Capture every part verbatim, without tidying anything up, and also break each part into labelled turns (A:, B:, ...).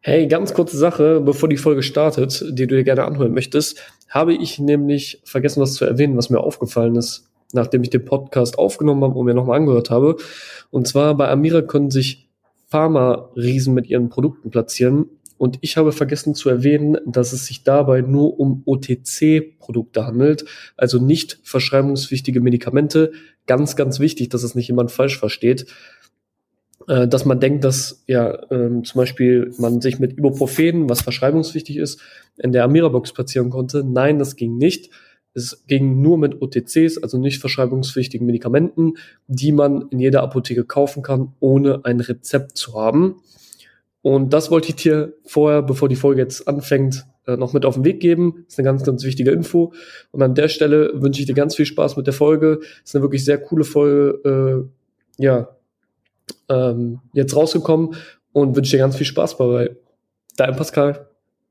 A: Hey, ganz kurze Sache, bevor die Folge startet, die du dir gerne anhören möchtest, habe ich nämlich vergessen, was zu erwähnen, was mir aufgefallen ist, nachdem ich den Podcast aufgenommen habe und mir nochmal angehört habe. Und zwar bei Amira können sich Pharma-Riesen mit ihren Produkten platzieren. Und ich habe vergessen zu erwähnen, dass es sich dabei nur um O T C-Produkte handelt, also nicht verschreibungspflichtige Medikamente. Ganz, ganz wichtig, dass es nicht jemand falsch versteht. Äh, dass man denkt, dass ja ähm, zum Beispiel man sich mit Ibuprofen, was verschreibungspflichtig ist, in der Amira-Box platzieren konnte. Nein, das ging nicht. Es ging nur mit O T Cs, also nicht verschreibungspflichtigen Medikamenten, die man in jeder Apotheke kaufen kann, ohne ein Rezept zu haben. Und das wollte ich dir vorher, bevor die Folge jetzt anfängt, äh, noch mit auf den Weg geben. Das ist eine ganz, ganz wichtige Info. Und an der Stelle wünsche ich dir ganz viel Spaß mit der Folge. Das ist eine wirklich sehr coole Folge. Äh, ja, ähm, jetzt rausgekommen und wünsche dir ganz viel Spaß dabei. Dein Pascal.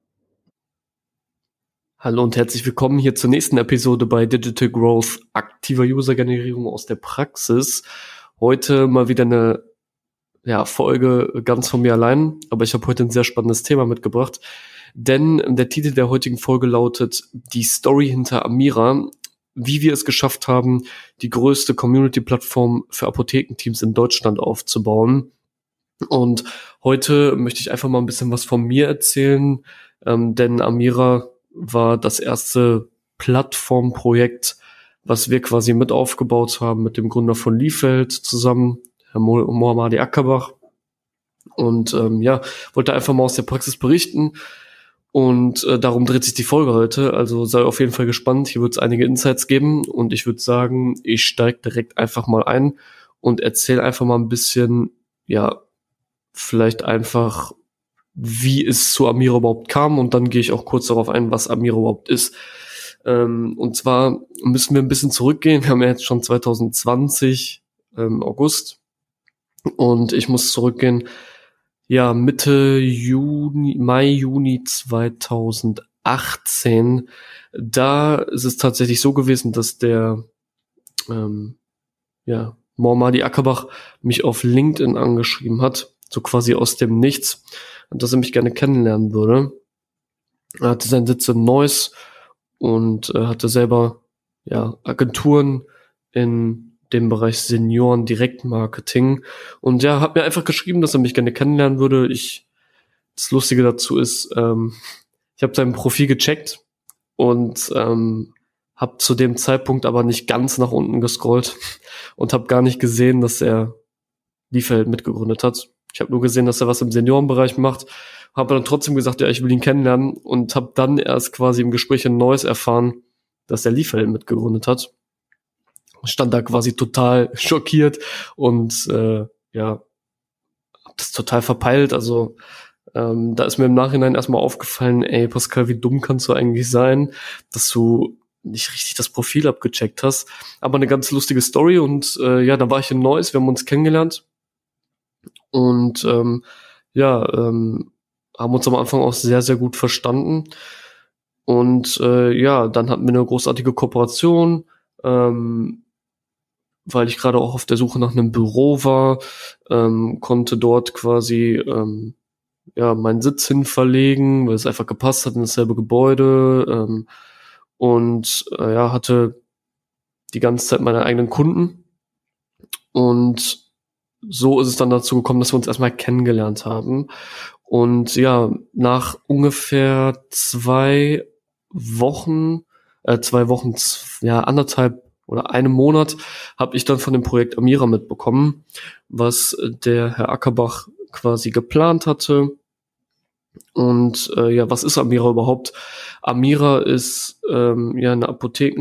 A: Hallo und herzlich willkommen hier zur nächsten Episode bei Digital Growth, aktiver User-Generierung aus der Praxis. Heute mal wieder eine ja, Folge ganz von mir allein, aber ich habe heute ein sehr spannendes Thema mitgebracht, denn der Titel der heutigen Folge lautet Die Story hinter Amira, wie wir es geschafft haben, die größte Community-Plattform für Apothekenteams in Deutschland aufzubauen. Und heute möchte ich einfach mal ein bisschen was von mir erzählen, ähm, denn Amira war das erste Plattformprojekt, was wir quasi mit aufgebaut haben mit dem Gründer von Liefeld zusammen, Herr Mo- Mohammadi Akabach. Und ähm, ja, wollte einfach mal aus der Praxis berichten. Und äh, darum dreht sich die Folge heute. Also sei auf jeden Fall gespannt. Hier wird es einige Insights geben. Und ich würde sagen, ich steige direkt einfach mal ein und erzähle einfach mal ein bisschen, ja, vielleicht einfach, wie es zu Amira überhaupt kam. Und dann gehe ich auch kurz darauf ein, was Amira überhaupt ist. Ähm, und zwar müssen wir ein bisschen zurückgehen. Wir haben ja jetzt schon zwanzig zwanzig, ähm, August. Und ich muss zurückgehen, ja, Mitte Juni, Mai, Juni zwanzig achtzehn. Da ist es tatsächlich so gewesen, dass der, ähm, ja, Mohammadi Akabach mich auf LinkedIn angeschrieben hat, so quasi aus dem Nichts, und dass er mich gerne kennenlernen würde. Er hatte seinen Sitz in Neuss und äh, hatte selber, ja, Agenturen in dem Bereich Senioren Direktmarketing, und ja, hat mir einfach geschrieben, dass er mich gerne kennenlernen würde. Ich, das Lustige dazu ist, ähm, ich habe sein Profil gecheckt und ähm, habe zu dem Zeitpunkt aber nicht ganz nach unten gescrollt und habe gar nicht gesehen, dass er Liefeld mitgegründet hat. Ich habe nur gesehen, dass er was im Seniorenbereich macht, habe dann trotzdem gesagt, ja, ich will ihn kennenlernen, und habe dann erst quasi im Gespräch in Neuss erfahren, dass er Liefeld mitgegründet hat. Stand da quasi total schockiert und äh, ja, hab das total verpeilt. Also ähm, da ist mir im Nachhinein erstmal aufgefallen, ey Pascal, wie dumm kannst du eigentlich sein, dass du nicht richtig das Profil abgecheckt hast. Aber eine ganz lustige Story, und äh, ja, da war ich in Neuss, wir haben uns kennengelernt und ähm, ja, ähm, haben uns am Anfang auch sehr, sehr gut verstanden. Und äh, ja, dann hatten wir eine großartige Kooperation, ähm, weil ich gerade auch auf der Suche nach einem Büro war, ähm, konnte dort quasi ähm, ja meinen Sitz hin verlegen, weil es einfach gepasst hat in dasselbe Gebäude, ähm, und äh, ja, hatte die ganze Zeit meine eigenen Kunden, und so ist es dann dazu gekommen, dass wir uns erstmal kennengelernt haben. Und ja, nach ungefähr zwei Wochen, äh, zwei Wochen, z- ja, anderthalb oder einem Monat, habe ich dann von dem Projekt Amira mitbekommen, was der Herr Ackerbach quasi geplant hatte. Und äh, ja, was ist Amira überhaupt? Amira ist ähm, ja eine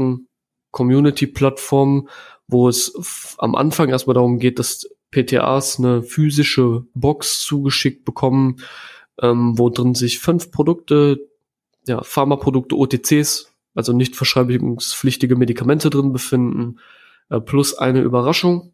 A: Apotheken-Community-Plattform, wo es f- am Anfang erstmal darum geht, dass P T As eine physische Box zugeschickt bekommen, ähm, wo drin sich fünf Produkte, ja, Pharmaprodukte, O T Cs, also nicht verschreibungspflichtige Medikamente drin befinden, äh, plus eine Überraschung.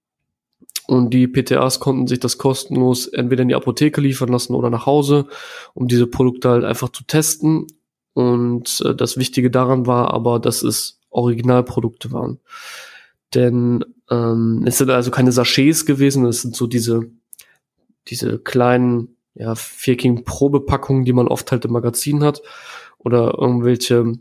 A: Und die P T As konnten sich das kostenlos entweder in die Apotheke liefern lassen oder nach Hause, um diese Produkte halt einfach zu testen. Und äh, das Wichtige daran war aber, dass es Originalprodukte waren. Denn ähm, es sind also keine Sachets gewesen, es sind so diese diese kleinen ja, faking Probepackungen, die man oft halt im Magazin hat, oder irgendwelche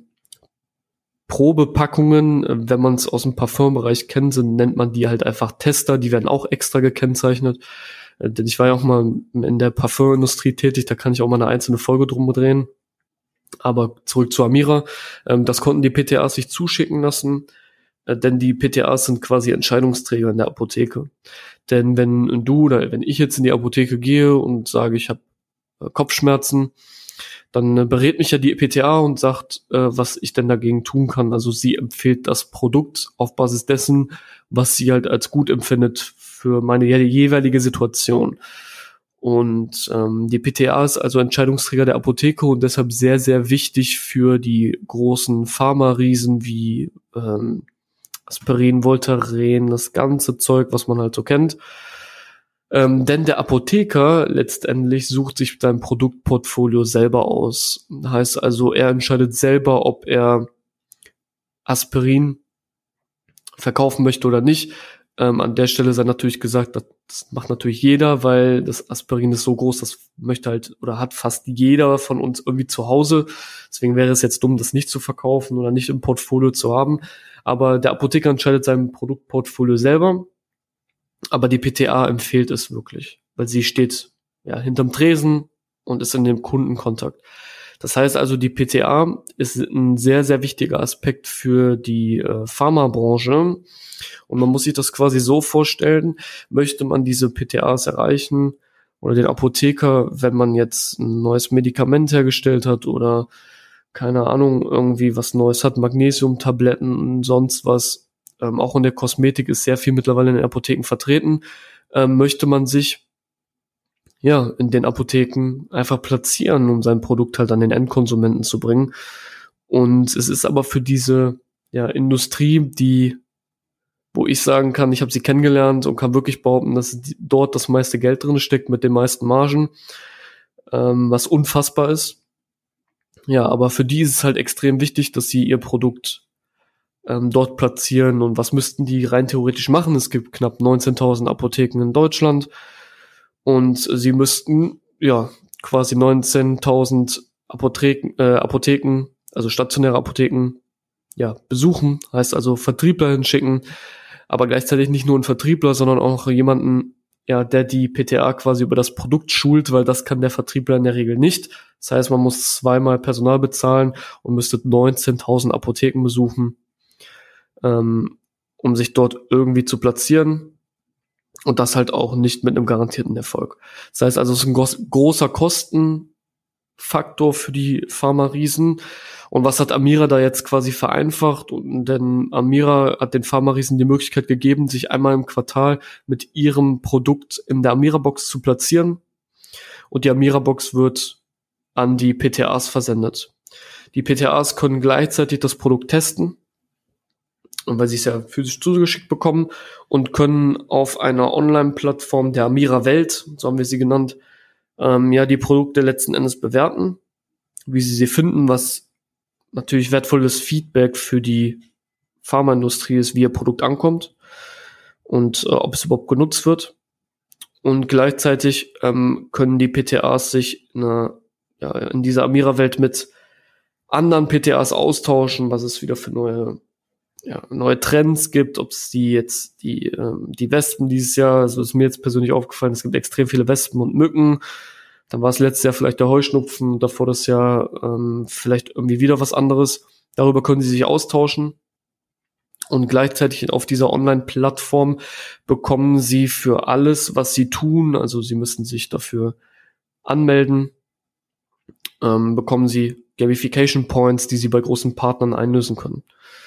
A: Probepackungen, wenn man es aus dem Parfumbereich kennt, sind, nennt man die halt einfach Tester, die werden auch extra gekennzeichnet. Äh, denn ich war ja auch mal in der Parfumindustrie tätig, da kann ich auch mal eine einzelne Folge drum drehen. Aber zurück zu Amira, ähm, das konnten die P T As sich zuschicken lassen, äh, denn die P T As sind quasi Entscheidungsträger in der Apotheke. Denn wenn du oder wenn ich jetzt in die Apotheke gehe und sage, ich habe äh, Kopfschmerzen, dann äh, berät mich ja die P T A und sagt, äh, was ich denn dagegen tun kann. Also sie empfiehlt das Produkt auf Basis dessen, was sie halt als gut empfindet für meine jeweilige Situation. Und ähm, die P T A ist also Entscheidungsträger der Apotheke und deshalb sehr, sehr wichtig für die großen Pharma-Riesen wie ähm, Aspirin, Voltaren, das ganze Zeug, was man halt so kennt. Ähm, denn der Apotheker letztendlich sucht sich sein Produktportfolio selber aus. Heißt also, er entscheidet selber, ob er Aspirin verkaufen möchte oder nicht. Ähm, an der Stelle sei natürlich gesagt, das macht natürlich jeder, weil das Aspirin ist so groß, das möchte halt oder hat fast jeder von uns irgendwie zu Hause. Deswegen wäre es jetzt dumm, das nicht zu verkaufen oder nicht im Portfolio zu haben. Aber der Apotheker entscheidet sein Produktportfolio selber. Aber die P T A empfiehlt es wirklich, weil sie steht ja hinterm Tresen und ist in dem Kundenkontakt. Das heißt also, die P T A ist ein sehr, sehr wichtiger Aspekt für die äh, Pharmabranche. Und man muss sich das quasi so vorstellen, möchte man diese P T As erreichen oder den Apotheker, wenn man jetzt ein neues Medikament hergestellt hat oder keine Ahnung, irgendwie was Neues hat, Magnesiumtabletten und sonst was, ähm, auch in der Kosmetik ist sehr viel mittlerweile in den Apotheken vertreten, ähm, möchte man sich ja in den Apotheken einfach platzieren, um sein Produkt halt an den Endkonsumenten zu bringen. Und es ist aber für diese ja Industrie, die wo ich sagen kann, ich habe sie kennengelernt und kann wirklich behaupten, dass dort das meiste Geld drin steckt mit den meisten Margen, ähm, was unfassbar ist. Ja, aber für die ist es halt extrem wichtig, dass sie ihr Produkt ähm, dort platzieren. Und was müssten die rein theoretisch machen? Es gibt knapp neunzehntausend Apotheken in Deutschland und sie müssten ja quasi neunzehntausend Apotheken, äh, Apotheken, also stationäre Apotheken, ja besuchen. Heißt also Vertriebler hinschicken, aber gleichzeitig nicht nur ein Vertriebler, sondern auch jemanden, ja, der die P T A quasi über das Produkt schult, weil das kann der Vertriebler in der Regel nicht. Das heißt, man muss zweimal Personal bezahlen und müsste neunzehntausend Apotheken besuchen, ähm, um sich dort irgendwie zu platzieren. Und das halt auch nicht mit einem garantierten Erfolg. Das heißt also, es ist ein gro- großer Kostenfaktor für die Pharma-Riesen. Und was hat Amira da jetzt quasi vereinfacht? Und denn Amira hat den Pharma-Riesen die Möglichkeit gegeben, sich einmal im Quartal mit ihrem Produkt in der Amira-Box zu platzieren. Und die Amira-Box wird an die P T As versendet. Die P T As können gleichzeitig das Produkt testen, weil sie es ja physisch zugeschickt bekommen und können auf einer Online-Plattform der Amira Welt, so haben wir sie genannt, ähm, ja die Produkte letzten Endes bewerten, wie sie sie finden, was natürlich wertvolles Feedback für die Pharmaindustrie ist, wie ihr Produkt ankommt und äh, ob es überhaupt genutzt wird. Und gleichzeitig ähm, können die P T As sich eine, ja, in dieser Amira-Welt mit anderen P T As austauschen, was es wieder für neue, ja, neue Trends gibt, ob es die jetzt die ähm, die Wespen dieses Jahr, also ist mir jetzt persönlich aufgefallen, es gibt extrem viele Wespen und Mücken. Dann war es letztes Jahr vielleicht der Heuschnupfen, davor das Jahr ähm, vielleicht irgendwie wieder was anderes. Darüber können sie sich austauschen. Und gleichzeitig auf dieser Online-Plattform bekommen sie für alles, was sie tun, also sie müssen sich dafür anmelden, ähm, bekommen sie Gamification Points, die sie bei großen Partnern einlösen können.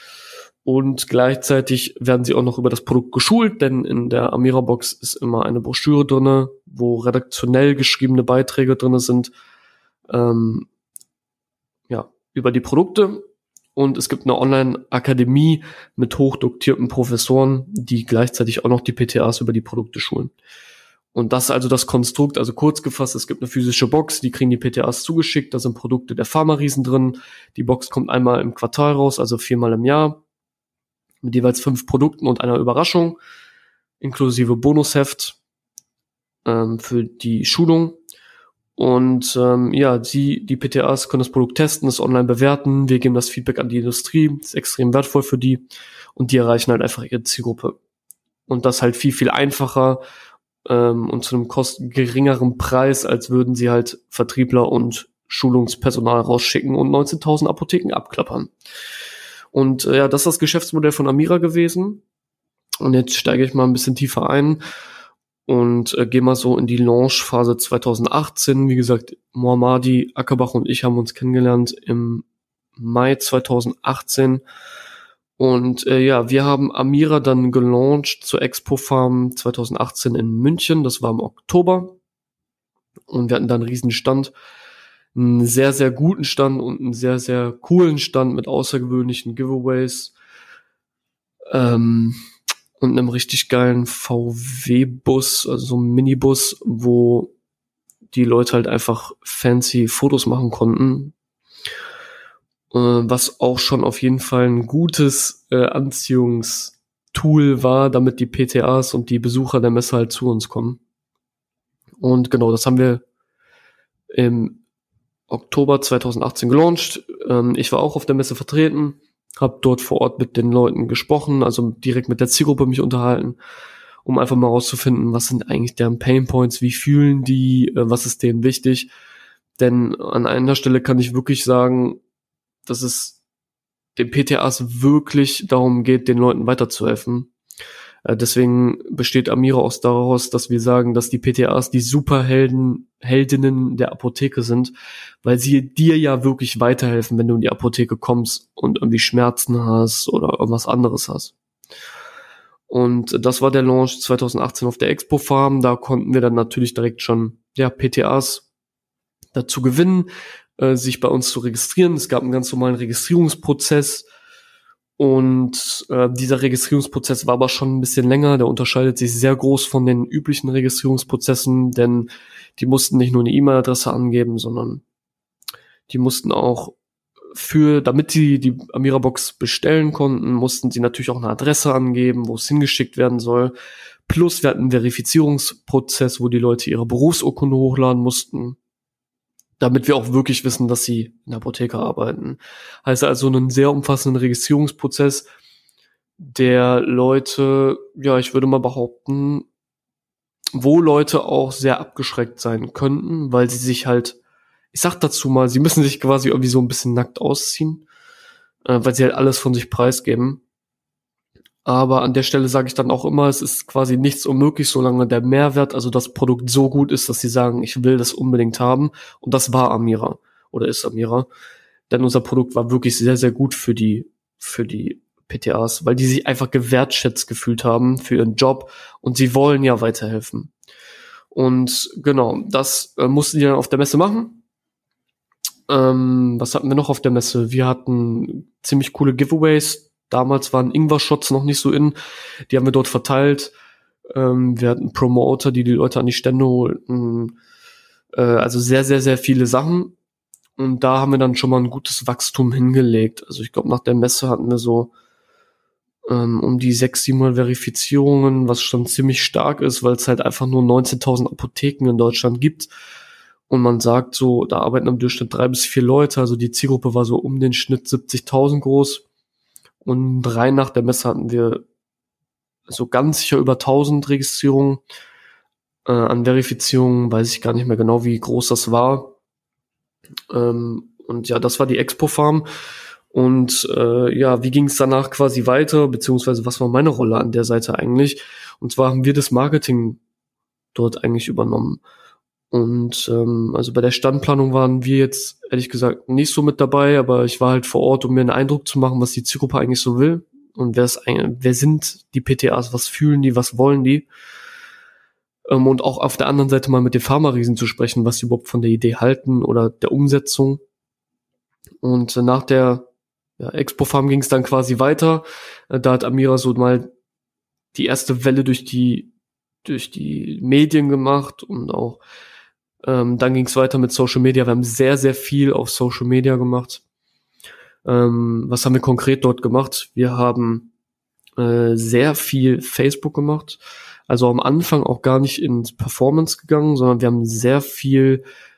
A: Und gleichzeitig werden sie auch noch über das Produkt geschult, denn in der Amira-Box ist immer eine Broschüre drinne, wo redaktionell geschriebene Beiträge drinne sind, ähm, ja, über die Produkte. Und es gibt eine Online-Akademie mit hochdoktierten Professoren, die gleichzeitig auch noch die P T As über die Produkte schulen. Und das ist also das Konstrukt, also kurz gefasst, es gibt eine physische Box, die kriegen die P T As zugeschickt, da sind Produkte der Pharma-Riesen drin. Die Box kommt einmal im Quartal raus, also viermal im Jahr, mit jeweils fünf Produkten und einer Überraschung, inklusive Bonusheft ähm, für die Schulung. Und ähm, ja, sie, die P T As können das Produkt testen, es online bewerten, wir geben das Feedback an die Industrie, das ist extrem wertvoll für die und die erreichen halt einfach ihre Zielgruppe. Und das halt viel, viel einfacher ähm, und zu einem kosten geringeren Preis, als würden sie halt Vertriebler und Schulungspersonal rausschicken und neunzehntausend Apotheken abklappern. Und äh, ja, das ist das Geschäftsmodell von Amira gewesen. Und jetzt steige ich mal ein bisschen tiefer ein und äh, gehe mal so in die Launch-Phase zwanzig achtzehn. Wie gesagt, Mohammadi, Ackerbach und ich haben uns kennengelernt im Mai zwanzig achtzehn. Und äh, ja, wir haben Amira dann gelauncht zur Expo Farm zwanzig achtzehn in München. Das war im Oktober. Und wir hatten da einen riesen Stand. Einen sehr, sehr guten Stand und einen sehr, sehr coolen Stand mit außergewöhnlichen Giveaways. Ähm, und einem richtig geilen V W-Bus, also so einem Minibus, wo die Leute halt einfach fancy Fotos machen konnten. Äh, was auch schon auf jeden Fall ein gutes äh, Anziehungstool war, damit die P T As und die Besucher der Messe halt zu uns kommen. Und genau, das haben wir im Oktober zwanzig achtzehn gelauncht. Ähm, ich war auch auf der Messe vertreten, habe dort vor Ort mit den Leuten gesprochen, also direkt mit der Zielgruppe mich unterhalten, um einfach mal rauszufinden, was sind eigentlich deren Painpoints, wie fühlen die, äh, was ist denen wichtig. Denn an einer Stelle kann ich wirklich sagen, dass es den P T As wirklich darum geht, den Leuten weiterzuhelfen. Äh, deswegen besteht Amira auch daraus, dass wir sagen, dass die P T As die Superhelden, Heldinnen der Apotheke sind, weil sie dir ja wirklich weiterhelfen, wenn du in die Apotheke kommst und irgendwie Schmerzen hast oder irgendwas anderes hast. Und das war der Launch zwanzig achtzehn auf der Expo Farm. Da konnten wir dann natürlich direkt schon ja P T As dazu gewinnen, äh, sich bei uns zu registrieren. Es gab einen ganz normalen Registrierungsprozess. Und äh, dieser Registrierungsprozess war aber schon ein bisschen länger, der unterscheidet sich sehr groß von den üblichen Registrierungsprozessen, denn die mussten nicht nur eine E-Mail-Adresse angeben, sondern die mussten auch für, damit sie die Amira-Box bestellen konnten, mussten sie natürlich auch eine Adresse angeben, wo es hingeschickt werden soll. Plus wir hatten einen Verifizierungsprozess, wo die Leute ihre Berufsurkunde hochladen mussten, damit wir auch wirklich wissen, dass sie in der Apotheke arbeiten. Heißt also einen sehr umfassenden Registrierungsprozess, der Leute, ja, ich würde mal behaupten, wo Leute auch sehr abgeschreckt sein könnten, weil sie sich halt, ich sag dazu mal, sie müssen sich quasi irgendwie so ein bisschen nackt ausziehen, äh, weil sie halt alles von sich preisgeben. Aber an der Stelle sage ich dann auch immer, es ist quasi nichts unmöglich, solange der Mehrwert, also das Produkt so gut ist, dass sie sagen, ich will das unbedingt haben. Und das war Amira oder ist Amira. Denn unser Produkt war wirklich sehr, sehr gut für die, für die P T As, weil die sich einfach gewertschätzt gefühlt haben für ihren Job und sie wollen ja weiterhelfen. Und genau, das äh, mussten die dann auf der Messe machen. Ähm, was hatten wir noch auf der Messe? Wir hatten ziemlich coole Giveaways. Damals waren Ingwer-Shots noch nicht so in. Die haben wir dort verteilt. Ähm, wir hatten Promoter, die die Leute an die Stände holten. Äh, also sehr, sehr, sehr viele Sachen. Und da haben wir dann schon mal ein gutes Wachstum hingelegt. Also ich glaube, nach der Messe hatten wir so ähm, um die sechshundert, siebenhundert Verifizierungen, was schon ziemlich stark ist, weil es halt einfach nur neunzehntausend Apotheken in Deutschland gibt. Und man sagt so, da arbeiten im Durchschnitt drei bis vier Leute. Also die Zielgruppe war so um den Schnitt siebzigtausend groß. Und rein nach der Messe hatten wir so ganz sicher über tausend Registrierungen. Äh, an Verifizierungen weiß ich gar nicht mehr genau, wie groß das war. Ähm, und ja, das war die Expo Farm. Und äh, ja, wie ging es danach quasi weiter, beziehungsweise was war meine Rolle an der Seite eigentlich? Und zwar haben wir das Marketing dort eigentlich übernommen. Und ähm, also bei der Standplanung waren wir jetzt ehrlich gesagt nicht so mit dabei, aber ich war halt vor Ort, um mir einen Eindruck zu machen, was die Zielgruppe eigentlich so will und wer ist eigentlich, wer sind die P T As, was fühlen die, was wollen die, ähm, und auch auf der anderen Seite mal mit den Pharma-Riesen zu sprechen, was sie überhaupt von der Idee halten oder der Umsetzung. Und äh, nach der ja, Expo Farm ging es dann quasi weiter. Äh, da hat Amira so mal die erste Welle durch die durch die Medien gemacht und auch Ähm, dann ging es weiter mit Social Media. Wir haben sehr, sehr viel auf Social Media gemacht. Ähm, was haben wir konkret dort gemacht? Wir haben äh, sehr viel Facebook gemacht. Also am Anfang auch gar nicht ins Performance gegangen, sondern wir haben sehr viel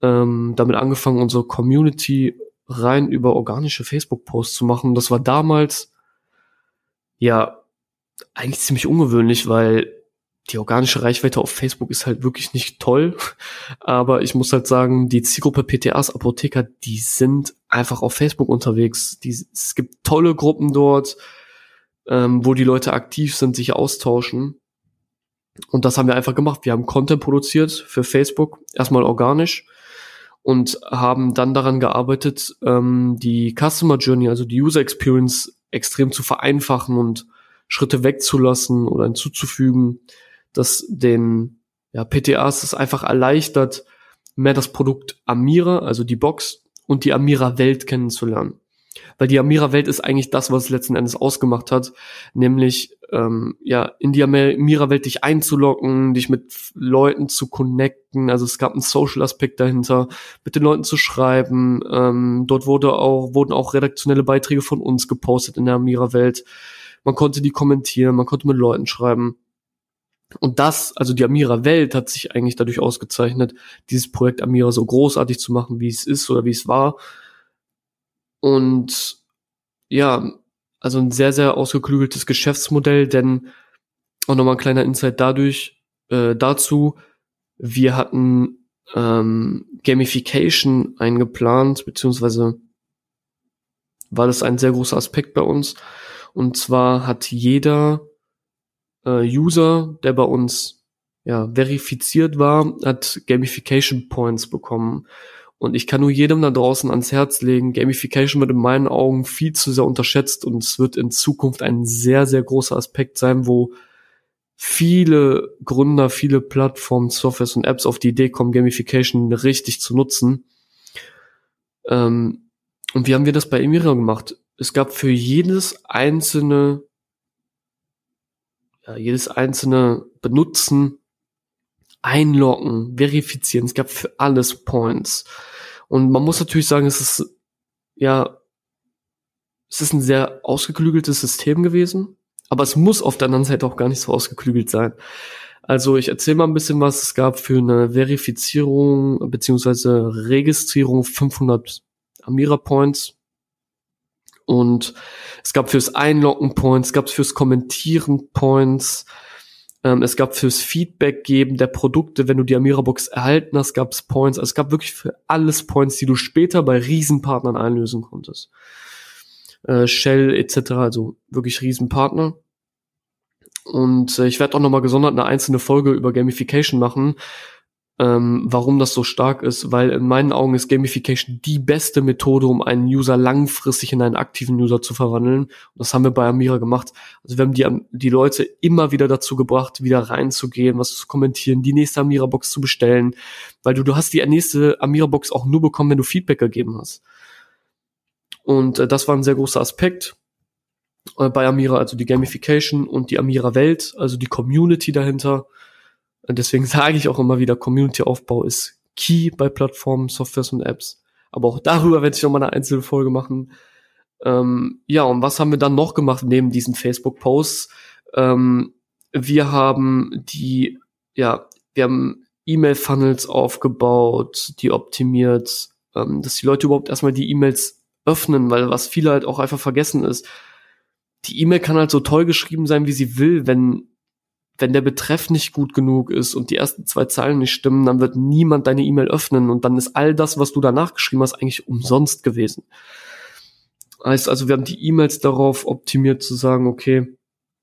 A: ähm, damit angefangen, unsere Community rein über organische Facebook-Posts zu machen. Das war damals ja eigentlich ziemlich ungewöhnlich, weil die organische Reichweite auf Facebook ist halt wirklich nicht toll. Aber ich muss halt sagen, die Zielgruppe P T As, Apotheker, die sind einfach auf Facebook unterwegs. Die, es gibt tolle Gruppen dort, ähm, wo die Leute aktiv sind, sich austauschen. Und das haben wir einfach gemacht. Wir haben Content produziert für Facebook, erstmal organisch, und haben dann daran gearbeitet, ähm, die Customer Journey, also die User Experience, extrem zu vereinfachen und Schritte wegzulassen oder hinzuzufügen, dass den ja, P T As es einfach erleichtert, mehr das Produkt Amira, also die Box, und die Amira-Welt kennenzulernen. Weil die Amira-Welt ist eigentlich das, was es letzten Endes ausgemacht hat, nämlich ähm, ja in die Amira-Welt dich einzuloggen, dich mit Leuten zu connecten. Also es gab einen Social-Aspekt dahinter, mit den Leuten zu schreiben. Ähm, dort wurde auch wurden auch redaktionelle Beiträge von uns gepostet in der Amira-Welt. Man konnte die kommentieren, man konnte mit Leuten schreiben. Und das, also die Amira-Welt hat sich eigentlich dadurch ausgezeichnet, dieses Projekt Amira so großartig zu machen, wie es ist oder wie es war. Und ja, also ein sehr, sehr ausgeklügeltes Geschäftsmodell, denn auch nochmal ein kleiner Insight dadurch, äh, dazu, wir hatten ähm, Gamification eingeplant, beziehungsweise war das ein sehr großer Aspekt bei uns. Und zwar hat jeder äh, User, der bei uns ja verifiziert war, hat Gamification Points bekommen. Und ich kann nur jedem da draußen ans Herz legen, Gamification wird in meinen Augen viel zu sehr unterschätzt und es wird in Zukunft ein sehr, sehr großer Aspekt sein, wo viele Gründer, viele Plattformen, Softwares und Apps auf die Idee kommen, Gamification richtig zu nutzen. Ähm, und wie haben wir das bei Amira gemacht? Es gab für jedes einzelne, ja, jedes einzelne Benutzen, Einloggen, Verifizieren, es gab für alles Points. Und man muss natürlich sagen, es ist, ja, es ist ein sehr ausgeklügeltes System gewesen, aber es muss auf der anderen Seite auch gar nicht so ausgeklügelt sein. Also ich erzähle mal ein bisschen was. Es gab für eine Verifizierung beziehungsweise Registrierung fünfhundert Amira Points. Und es gab fürs Einloggen Points, es gab fürs Kommentieren Points, ähm, es gab fürs Feedback geben der Produkte, wenn du die Amira-Box erhalten hast, gab es Points. Also es gab wirklich für alles Points, die du später bei Riesenpartnern einlösen konntest. Äh, Shell et cetera, also wirklich Riesenpartner. Und äh, ich werde auch nochmal gesondert eine einzelne Folge über Gamification machen, ähm, warum das so stark ist, weil in meinen Augen ist Gamification die beste Methode, um einen User langfristig in einen aktiven User zu verwandeln. Und das haben wir bei Amira gemacht. Also wir haben die, die Leute immer wieder dazu gebracht, wieder reinzugehen, was zu kommentieren, die nächste Amira-Box zu bestellen, weil du, du hast die nächste Amira-Box auch nur bekommen, wenn du Feedback gegeben hast. Und äh, das war ein sehr großer Aspekt äh, bei Amira, also die Gamification und die Amira-Welt, also die Community dahinter. Deswegen sage ich auch immer wieder, Community-Aufbau ist key bei Plattformen, Softwares und Apps. Aber auch darüber werde ich noch mal eine einzelne Folge machen. Ähm, ja, und was haben wir dann noch gemacht neben diesen Facebook-Posts? Ähm, wir haben die, ja, wir haben E-Mail-Funnels aufgebaut, die optimiert, ähm, dass die Leute überhaupt erstmal die E-Mails öffnen, weil was viele halt auch einfach vergessen ist, die E-Mail kann halt so toll geschrieben sein, wie sie will, wenn wenn der Betreff nicht gut genug ist und die ersten zwei Zeilen nicht stimmen, dann wird niemand deine E-Mail öffnen und dann ist all das, was du danach geschrieben hast, eigentlich umsonst gewesen. Heißt also, wir haben die E-Mails darauf optimiert zu sagen, okay,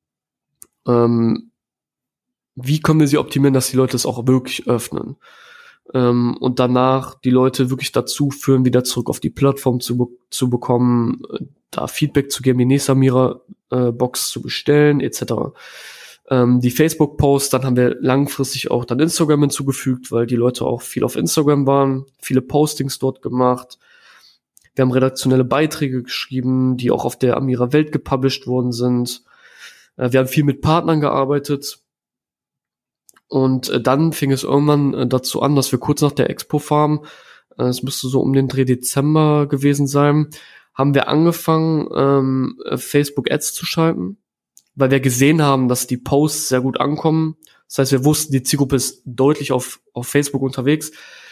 A: ähm, wie können wir sie optimieren, dass die Leute es auch wirklich öffnen? Ähm, und danach die Leute wirklich dazu führen, wieder zurück auf die Plattform zu, be- zu bekommen, äh, da Feedback zu geben, die nächste Amira-Box äh, zu bestellen, et cetera. Die Facebook-Posts, dann haben wir langfristig auch dann Instagram hinzugefügt, weil die Leute auch viel auf Instagram waren, viele Postings dort gemacht. Wir haben redaktionelle Beiträge geschrieben, die auch auf der Amira Welt gepublished worden sind. Wir haben viel mit Partnern gearbeitet. Und dann fing es irgendwann dazu an, dass wir kurz nach der Expo-Farm, es müsste so um den Dreh Dezember gewesen sein, haben wir angefangen, ähm, Facebook-Ads zu schalten, weil wir gesehen haben, dass die Posts sehr gut ankommen. Das heißt, wir wussten, die Zielgruppe ist deutlich auf, auf Facebook unterwegs.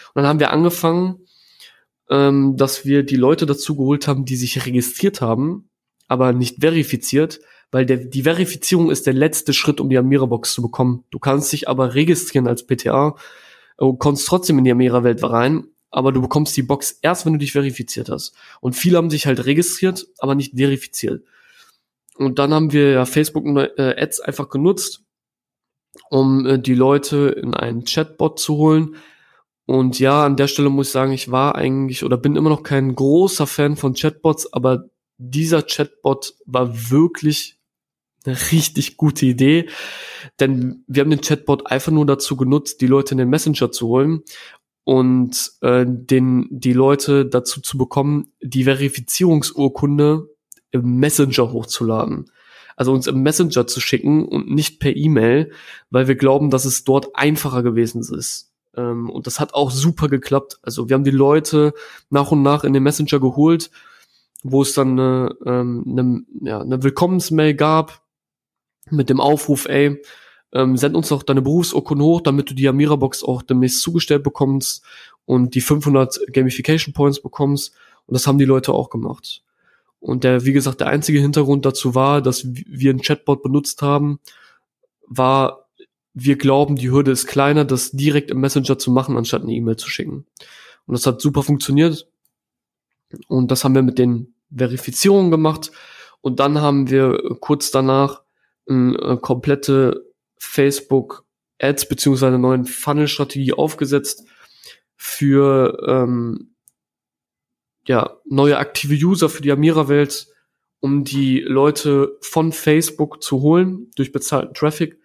A: Und dann haben wir angefangen, ähm, dass wir die Leute dazu geholt haben, die sich registriert haben, aber nicht verifiziert, weil der, die Verifizierung ist der letzte Schritt, um die Amira-Box zu bekommen. Du kannst dich aber registrieren als P T A, du kommst trotzdem in die Amira-Welt rein, aber du bekommst die Box erst, wenn du dich verifiziert hast. Und viele haben sich halt registriert, aber nicht verifiziert. Und dann haben wir ja Facebook-Ads einfach genutzt, um äh, die Leute in einen Chatbot zu holen. Und ja, an der Stelle muss ich sagen, ich war eigentlich oder bin immer noch kein großer Fan von Chatbots, aber dieser Chatbot war wirklich eine richtig gute Idee, denn wir haben den Chatbot einfach nur dazu genutzt, die Leute in den Messenger zu holen und äh, den die Leute dazu zu bekommen, die Verifizierungsurkunde im Messenger hochzuladen. Also uns im Messenger zu schicken und nicht per E-Mail, weil wir glauben, dass es dort einfacher gewesen ist. Ähm, und das hat auch super geklappt. Also wir haben die Leute nach und nach in den Messenger geholt, wo es dann eine, ähm, eine, ja, eine Willkommensmail gab mit dem Aufruf, ey, ähm, send uns doch deine Berufsurkunde hoch, damit du die Amira-Box auch demnächst zugestellt bekommst und die fünfhundert Gamification Points bekommst. Und das haben die Leute auch gemacht. Und der, wie gesagt, der einzige Hintergrund dazu war, dass wir einen Chatbot benutzt haben, war, wir glauben, die Hürde ist kleiner, das direkt im Messenger zu machen, anstatt eine E-Mail zu schicken. Und das hat super funktioniert. Und das haben wir mit den Verifizierungen gemacht. Und dann haben wir kurz danach eine komplette Facebook-Ads beziehungsweise eine neue Funnel-Strategie aufgesetzt für ähm, ja neue aktive User für die Amira-Welt, um die Leute von Facebook zu holen durch bezahlten Traffic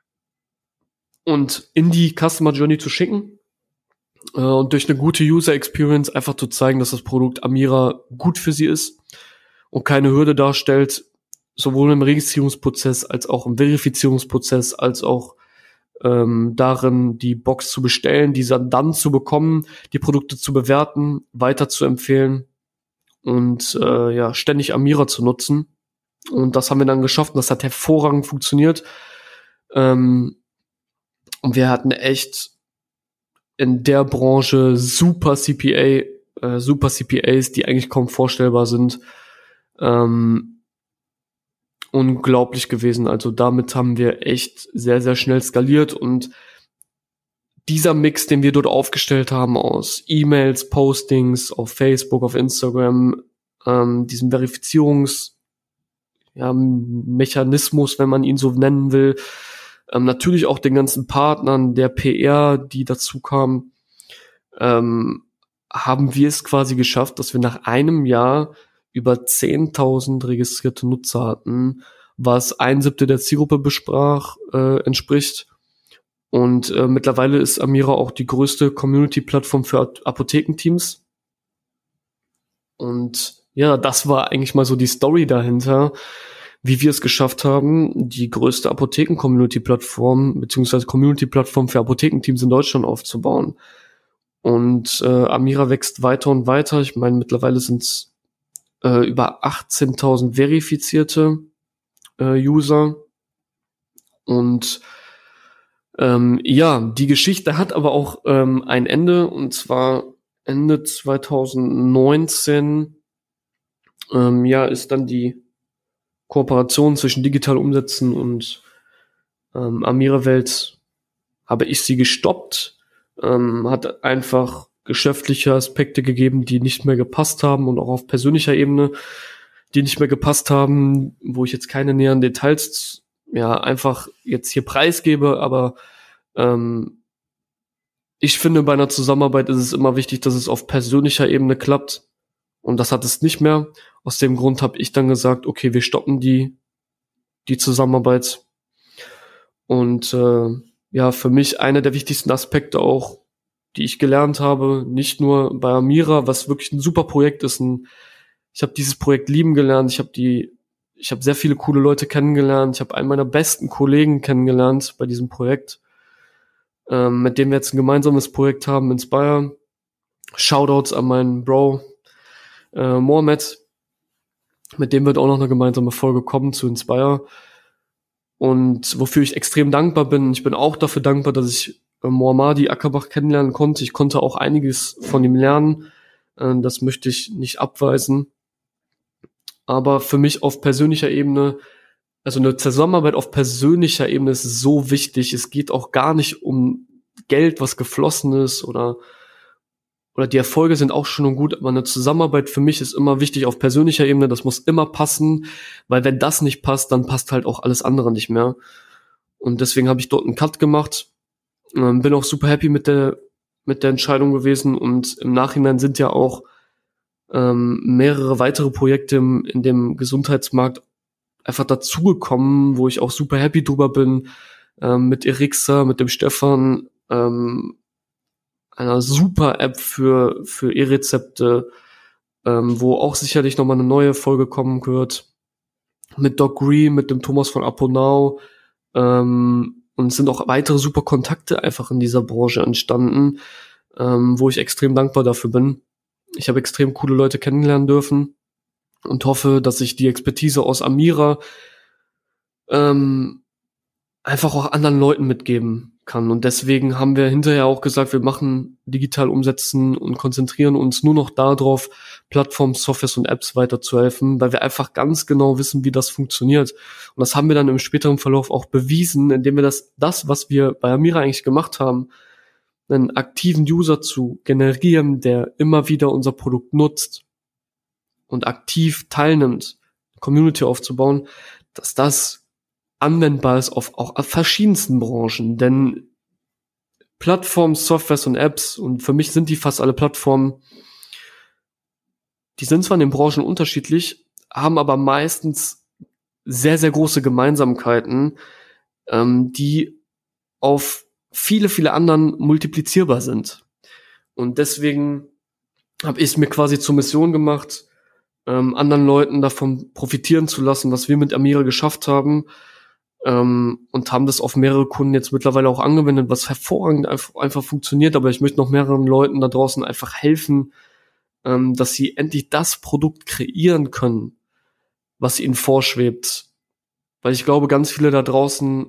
A: und in die Customer Journey zu schicken. Und durch eine gute User Experience einfach zu zeigen, dass das Produkt Amira gut für sie ist und keine Hürde darstellt, sowohl im Registrierungsprozess als auch im Verifizierungsprozess, als auch ähm, darin, die Box zu bestellen, diese dann zu bekommen, die Produkte zu bewerten, weiter zu empfehlen und äh, ja ständig Amira zu nutzen. Und das haben wir dann geschafft und das hat hervorragend funktioniert. Ähm, und wir hatten echt in der Branche super C P A, äh, super C P As, die eigentlich kaum vorstellbar sind. Ähm, unglaublich gewesen. Also damit haben wir echt sehr, sehr schnell skaliert und dieser Mix, den wir dort aufgestellt haben aus E-Mails, Postings auf Facebook, auf Instagram, ähm, diesem Verifizierungs- ja, Mechanismus, wenn man ihn so nennen will, Ähm, natürlich auch den ganzen Partnern, der P R, die dazu kamen, ähm, haben wir es quasi geschafft, dass wir nach einem Jahr über zehntausend registrierte Nutzer hatten, was ein Siebtel der Zielgruppe besprach, äh, entspricht. Und äh, mittlerweile ist Amira auch die größte Community-Plattform für Apothekenteams. Und ja, das war eigentlich mal so die Story dahinter, wie wir es geschafft haben, die größte Apotheken-Community-Plattform beziehungsweise Community-Plattform für Apothekenteams in Deutschland aufzubauen. Und äh, Amira wächst weiter und weiter. Ich meine, mittlerweile sind es äh, über achtzehntausend verifizierte äh, User. Und ähm, ja, die Geschichte hat aber auch ähm, ein Ende, und zwar Ende zwanzig neunzehn ähm, ja, ist dann die Kooperation zwischen digital umsetzen und ähm, Amira-Welt, habe ich sie gestoppt, ähm, hat einfach geschäftliche Aspekte gegeben, die nicht mehr gepasst haben und auch auf persönlicher Ebene, die nicht mehr gepasst haben, wo ich jetzt keine näheren Details ja einfach jetzt hier preisgebe, aber ähm, ich finde, bei einer Zusammenarbeit ist es immer wichtig, dass es auf persönlicher Ebene klappt, und das hat es nicht mehr. Aus dem Grund habe ich dann gesagt, okay, wir stoppen die die Zusammenarbeit. Und äh, ja, für mich einer der wichtigsten Aspekte auch, die ich gelernt habe, nicht nur bei Amira, was wirklich ein super Projekt ist. Ein, ich habe dieses Projekt lieben gelernt. Ich habe die, ich habe sehr viele coole Leute kennengelernt. Ich habe einen meiner besten Kollegen kennengelernt bei diesem Projekt, ähm, mit dem wir jetzt ein gemeinsames Projekt haben, Inspire. Shoutouts an meinen Bro äh, Mohamed, mit dem wird auch noch eine gemeinsame Folge kommen zu Inspire. Und wofür ich extrem dankbar bin, ich bin auch dafür dankbar, dass ich äh, Mohammadi Ackerbach kennenlernen konnte. Ich konnte auch einiges von ihm lernen. Äh, das möchte ich nicht abweisen. Aber für mich auf persönlicher Ebene, also eine Zusammenarbeit auf persönlicher Ebene ist so wichtig. Es geht auch gar nicht um Geld, was geflossen ist oder oder die Erfolge sind auch schon und gut, aber eine Zusammenarbeit für mich ist immer wichtig auf persönlicher Ebene. Das muss immer passen, weil wenn das nicht passt, dann passt halt auch alles andere nicht mehr. Und deswegen habe ich dort einen Cut gemacht. Ähm, bin auch super happy mit der mit der Entscheidung gewesen und im Nachhinein sind ja auch ähm, mehrere weitere Projekte im, in dem Gesundheitsmarkt einfach dazugekommen, wo ich auch super happy drüber bin. Ähm, mit Erixa, mit dem Stefan, ähm, einer super App für für E-Rezepte, ähm, wo auch sicherlich nochmal eine neue Folge kommen wird. Mit Doc Green, mit dem Thomas von Aponau, ähm, und es sind auch weitere super Kontakte einfach in dieser Branche entstanden, ähm, wo ich extrem dankbar dafür bin. Ich habe extrem coole Leute kennenlernen dürfen und hoffe, dass ich die Expertise aus Amira ähm, einfach auch anderen Leuten mitgeben kann. Und deswegen haben wir hinterher auch gesagt, wir machen digital umsetzen und konzentrieren uns nur noch darauf, Plattformen, Softwares und Apps weiterzuhelfen, weil wir einfach ganz genau wissen, wie das funktioniert. Und das haben wir dann im späteren Verlauf auch bewiesen, indem wir das, das, was wir bei Amira eigentlich gemacht haben, einen aktiven User zu generieren, der immer wieder unser Produkt nutzt und aktiv teilnimmt, Community aufzubauen, dass das anwendbar ist auf auch auf verschiedensten Branchen, denn Plattformen, Softwares und Apps, und für mich sind die fast alle Plattformen, die sind zwar in den Branchen unterschiedlich, haben aber meistens sehr, sehr große Gemeinsamkeiten, ähm, die auf viele, viele anderen multiplizierbar sind. Und deswegen habe ich es mir quasi zur Mission gemacht, ähm, anderen Leuten davon profitieren zu lassen, was wir mit Amira geschafft haben, ähm, und haben das auf mehrere Kunden jetzt mittlerweile auch angewendet, was hervorragend einfach, einfach funktioniert. Aber ich möchte noch mehreren Leuten da draußen einfach helfen, ähm, dass sie endlich das Produkt kreieren können, was ihnen vorschwebt. Weil ich glaube, ganz viele da draußen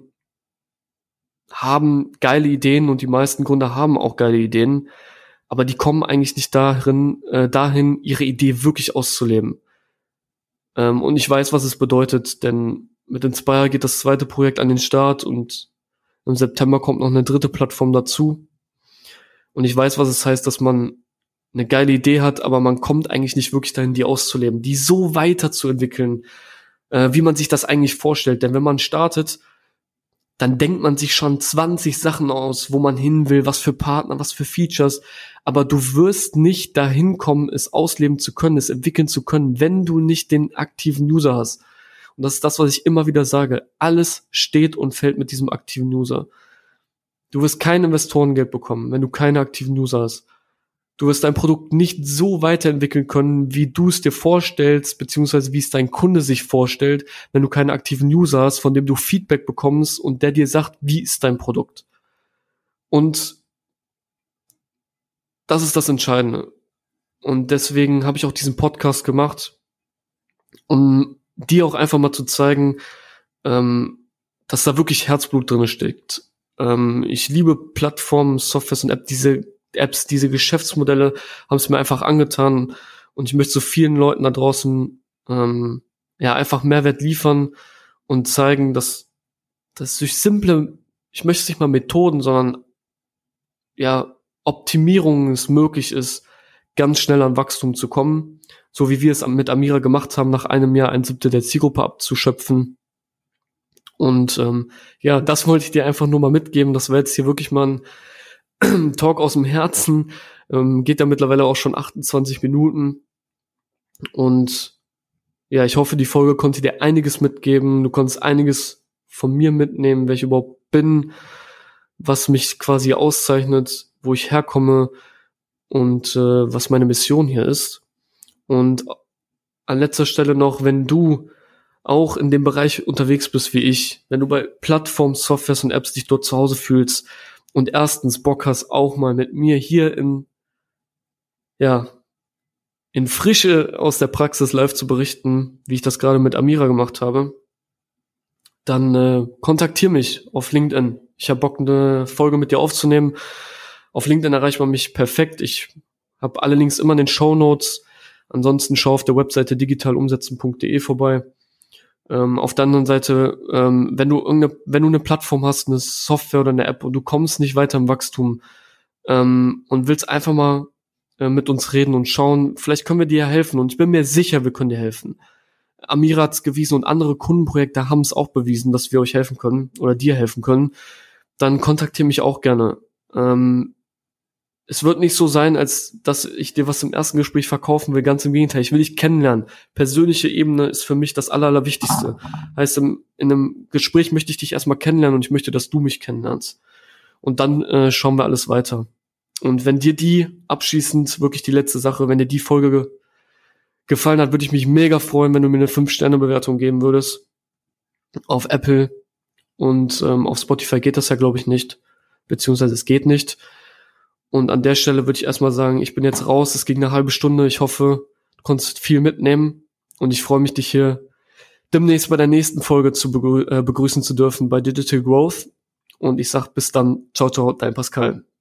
A: haben geile Ideen und die meisten Gründer haben auch geile Ideen, aber die kommen eigentlich nicht darin, äh, dahin, ihre Idee wirklich auszuleben. Ähm, und ich weiß, was es bedeutet, denn mit Inspire geht das zweite Projekt an den Start und im September kommt noch eine dritte Plattform dazu. Und ich weiß, was es heißt, dass man eine geile Idee hat, aber man kommt eigentlich nicht wirklich dahin, die auszuleben, die so weiterzuentwickeln, äh, wie man sich das eigentlich vorstellt. Denn wenn man startet, dann denkt man sich schon zwanzig Sachen aus, wo man hin will, was für Partner, was für Features. Aber du wirst nicht dahin kommen, es ausleben zu können, es entwickeln zu können, wenn du nicht den aktiven User hast. Und das ist das, was ich immer wieder sage. Alles steht und fällt mit diesem aktiven User. Du wirst kein Investorengeld bekommen, wenn du keine aktiven User hast. Du wirst dein Produkt nicht so weiterentwickeln können, wie du es dir vorstellst, beziehungsweise wie es dein Kunde sich vorstellt, wenn du keinen aktiven User hast, von dem du Feedback bekommst und der dir sagt, wie ist dein Produkt. Und das ist das Entscheidende. Und deswegen habe ich auch diesen Podcast gemacht, um dir auch einfach mal zu zeigen, ähm, dass da wirklich Herzblut drin steckt. Ähm, ich liebe Plattformen, Softwares und Apps, diese Apps, diese Geschäftsmodelle haben es mir einfach angetan und ich möchte so vielen Leuten da draußen ähm, ja einfach Mehrwert liefern und zeigen, dass dass durch simple, ich möchte nicht mal Methoden, sondern ja Optimierungen es möglich ist, ganz schnell an Wachstum zu kommen, so wie wir es mit Amira gemacht haben, nach einem Jahr ein Siebtel der Zielgruppe abzuschöpfen. Und ähm, ja, das wollte ich dir einfach nur mal mitgeben. Das war jetzt hier wirklich mal ein Talk aus dem Herzen. Ähm, geht ja mittlerweile auch schon achtundzwanzig Minuten. Und ja, ich hoffe, die Folge konnte dir einiges mitgeben. Du konntest einiges von mir mitnehmen, wer ich überhaupt bin, was mich quasi auszeichnet, wo ich herkomme und äh, was meine Mission hier ist. Und an letzter Stelle noch, wenn du auch in dem Bereich unterwegs bist wie ich, wenn du bei Plattformen, Softwares und Apps dich dort zu Hause fühlst und erstens Bock hast, auch mal mit mir hier in, ja, in Frische aus der Praxis live zu berichten, wie ich das gerade mit Amira gemacht habe, dann äh, kontaktier mich auf LinkedIn. ich habe Bock, eine Folge mit dir aufzunehmen. Auf LinkedIn erreicht man mich perfekt. Ich habe alle Links immer in den Shownotes. Ansonsten schau auf der Webseite digital umsetzen punkt de vorbei. Ähm, auf der anderen Seite, ähm, wenn du irgendeine, wenn du eine Plattform hast, eine Software oder eine App und du kommst nicht weiter im Wachstum ähm, und willst einfach mal äh, mit uns reden und schauen, vielleicht können wir dir ja helfen, und ich bin mir sicher, wir können dir helfen. Amira hat's gewiesen und andere Kundenprojekte haben es auch bewiesen, dass wir euch helfen können oder dir helfen können. Dann kontaktiere mich auch gerne. Ähm, es wird nicht so sein, als dass ich dir was im ersten Gespräch verkaufen will. Ganz im Gegenteil, ich will dich kennenlernen. Persönliche Ebene ist für mich das Aller, Allerwichtigste. Heißt, im, in einem Gespräch möchte ich dich erstmal kennenlernen und ich möchte, dass du mich kennenlernst. Und dann äh, schauen wir alles weiter. Und wenn dir die, abschließend wirklich die letzte Sache, wenn dir die Folge ge- gefallen hat, würde ich mich mega freuen, wenn du mir eine fünf Sterne Bewertung geben würdest. Auf Apple und ähm, auf Spotify geht das ja, glaube ich, nicht. Beziehungsweise es geht nicht. Und an der Stelle würde ich erstmal sagen, ich bin jetzt raus, es ging eine halbe Stunde. Ich hoffe, du konntest viel mitnehmen. Und ich freue mich, dich hier demnächst bei der nächsten Folge zu begrü- äh, begrüßen zu dürfen bei Digital Growth. Und ich sag bis dann, ciao, ciao, dein Pascal.